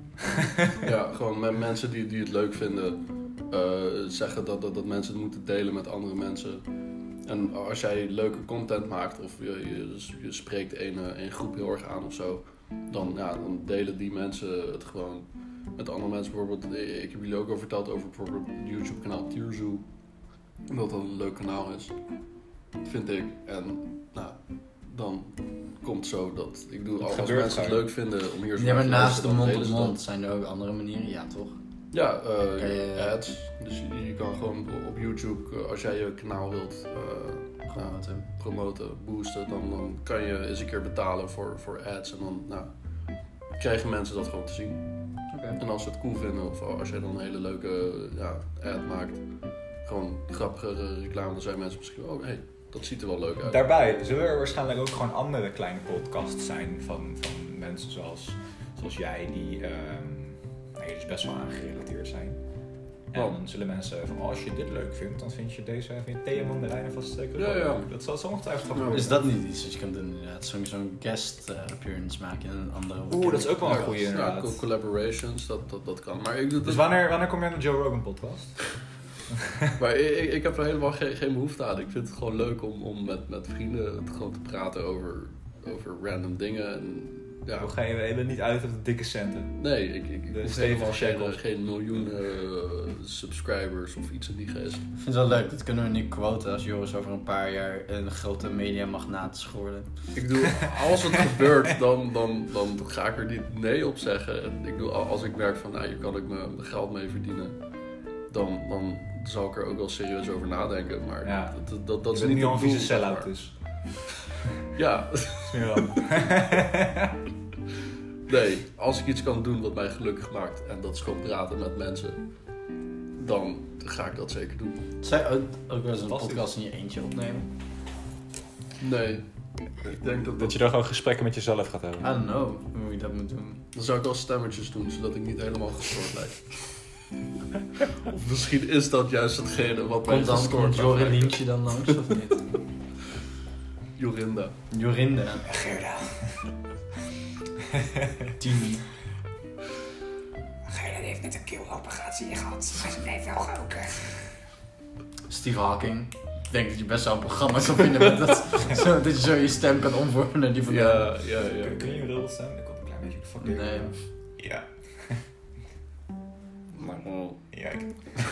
Ja, gewoon met mensen die, die het leuk vinden. Uh, zeggen dat, dat, dat mensen het moeten delen met andere mensen. En als jij leuke content maakt of je, je, je spreekt een, een groep heel erg aan of zo, dan, ja, dan delen die mensen het gewoon met andere mensen. Bijvoorbeeld, ik heb jullie ook al verteld over bijvoorbeeld het YouTube kanaal Tierzoo. Dat dat een leuk kanaal is, vind ik. En nou, dan komt zo dat, ik bedoel, als gebeurt mensen het gewoon. leuk vinden om hier zo Ja, maar te naast de luisteren, dan mond delen op ze dat. mond zijn er ook andere manieren, ja toch? Ja, uh, Kan je- ads. Dus je, je kan gewoon op YouTube, uh, als jij je kanaal wilt uh, Gewoon wat, uh, promoten, boosten, dan, dan kan je eens een keer betalen voor, voor ads. En dan nou, krijgen mensen dat gewoon te zien. Oké. En als ze het cool vinden, of als jij dan een hele leuke ja, ad maakt, gewoon grappige reclame, dan zijn mensen misschien, oh hey, dat ziet er wel leuk uit. Daarbij zullen er waarschijnlijk ook gewoon andere kleine podcasts zijn van, van mensen zoals, zoals jij, die ehm nee, dus best wel aangerelateerd zijn. En Oh. dan zullen mensen van, oh, als je dit leuk vindt, dan vind je deze, vind je thee en mandarijnen vast zeker Ja, wel ja. leuk. Dat zal zo ongetwijfeld Ja. gebeuren. Is dat niet iets dat je kan doen inderdaad? Zo'n zo'n guest uh, appearance maken in een andere... Oeh, dat is ook wel een Ja, goeie ja, inderdaad. co- collaborations, dat, dat, dat kan. Maar ik, dat, Dus wanneer, wanneer kom jij naar de Joe Rogan podcast? Maar ik, ik, ik heb er helemaal geen, geen behoefte aan. Ik vind het gewoon leuk om, om met, met vrienden te, gewoon te praten over, over random dingen. En, ja, Hoe ga je er niet uit op de dikke centen? nee, ik, ik De hoef Steven helemaal geen, Shekels. geen miljoenen uh, subscribers of iets in die geest. Ik vind het wel leuk, dat kunnen we nu quoten als Joris over een paar jaar een grote mediamagnaat is geworden. Ik bedoel, als het gebeurt, dan, dan, dan ga ik er niet nee op zeggen. En ik bedoel, als ik merk van, nou, hier kan ik mijn mijn geld mee verdienen, dan, dan zal ik er ook wel serieus over nadenken. Maar Ja. dat, dat, dat is Je bent niet niet al een het vieze doel, sell-out zeg maar. dus. Ja, Dat is meer ramp. nee. Als ik iets kan doen wat mij gelukkig maakt... en dat is gewoon praten met mensen... dan ga ik dat zeker doen. Zou je ook, ook wel eens een Fantastisch. podcast in je eentje opnemen? Nee. Ik denk dat, Dat je dan gewoon gesprekken met jezelf gaat hebben. I don't know hoe je dat moet doen. Dan zou ik wel stemmetjes doen, zodat ik niet helemaal gestoord lijk. Of misschien is dat juist hetgene wat mij Komt dan gestoord komt maakt lijken. Jorelientje dan langs of niet? Jorinda. Jorinde. Gerda. Tien. Gerda heeft net een keeloperatie gehad, maar ze blijft wel roken. Steve Hawking. Ik denk dat je best wel een programma kan vinden met dat, zo, dat je zo je stem kan omvormen naar die van hem. Ja, ja, ja. Kun je een robot staan? Ik kon een klein beetje fucking. Nee. Ja. Maar, oh. Ja, ik...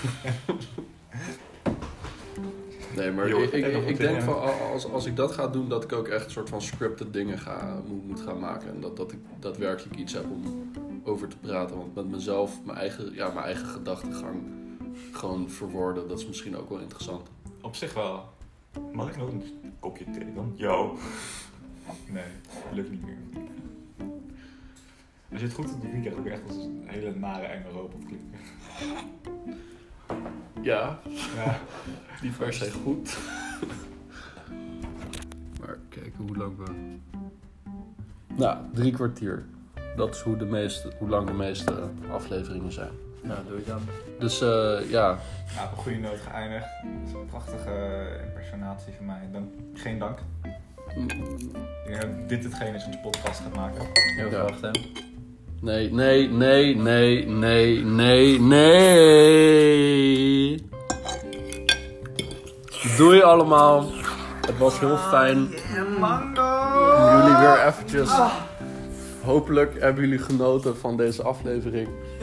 Nee, maar Jo, ik, ik, en nog ik een denk ding, van als, als ik dat ga doen, dat ik ook echt een soort van scripted dingen ga, moet, moet gaan maken. En dat, dat ik daadwerkelijk iets heb om over te praten. Want met mezelf, mijn eigen, ja, mijn eigen gedachtegang gewoon verwoorden, dat is misschien ook wel interessant. Op zich wel. Mag ik nog een kopje thee dan? Jo. Nee, lukt niet meer. Als je het goed doet, dan krijg je ook echt als een hele nare enge robot klinken. Ja, Ja. die vers zijn goed. Maar kijken hoe lang we... Nou, drie kwartier. Dat is hoe, de meeste, hoe lang de meeste afleveringen zijn. Nou, doe je dan. Dus uh, ja, Nou, op een goede noot geëindigd. Dat is een prachtige impersonatie van mij. Dan, geen dank. Ik denk dat dit hetgeen is wat je podcast gaat maken. Heel Ja. graag, hè? nee, nee, nee, nee, nee, nee, nee. Doei allemaal. Het was heel fijn om jullie weer eventjes... Hopelijk hebben jullie genoten van deze aflevering.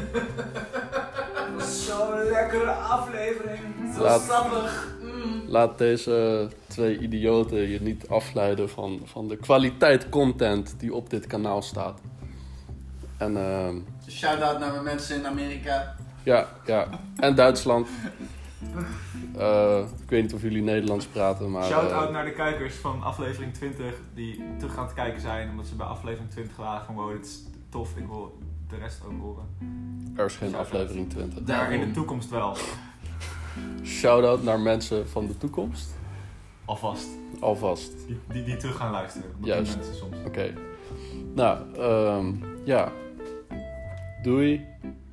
Zo'n lekkere aflevering. Laat, Sappig. Mm. laat deze twee idioten je niet afleiden van, van de kwaliteit content die op dit kanaal staat. En uh, Shout-out naar mijn mensen in Amerika. ja, ja. En Duitsland. Uh, ik weet niet of jullie Nederlands praten, maar... Shout-out uh, naar de kijkers van aflevering twintig die terug aan het kijken zijn. Omdat ze bij aflevering twintig waren van wow, dit is tof, ik wil de rest ook horen. er is geen aflevering twintig. Daar in de toekomst wel. Shout-out naar mensen van de toekomst. Alvast. Alvast. Die, die, die terug gaan luisteren. Dat Juist. doen mensen soms. Oké. Okay. Nou, um, ja. Doei.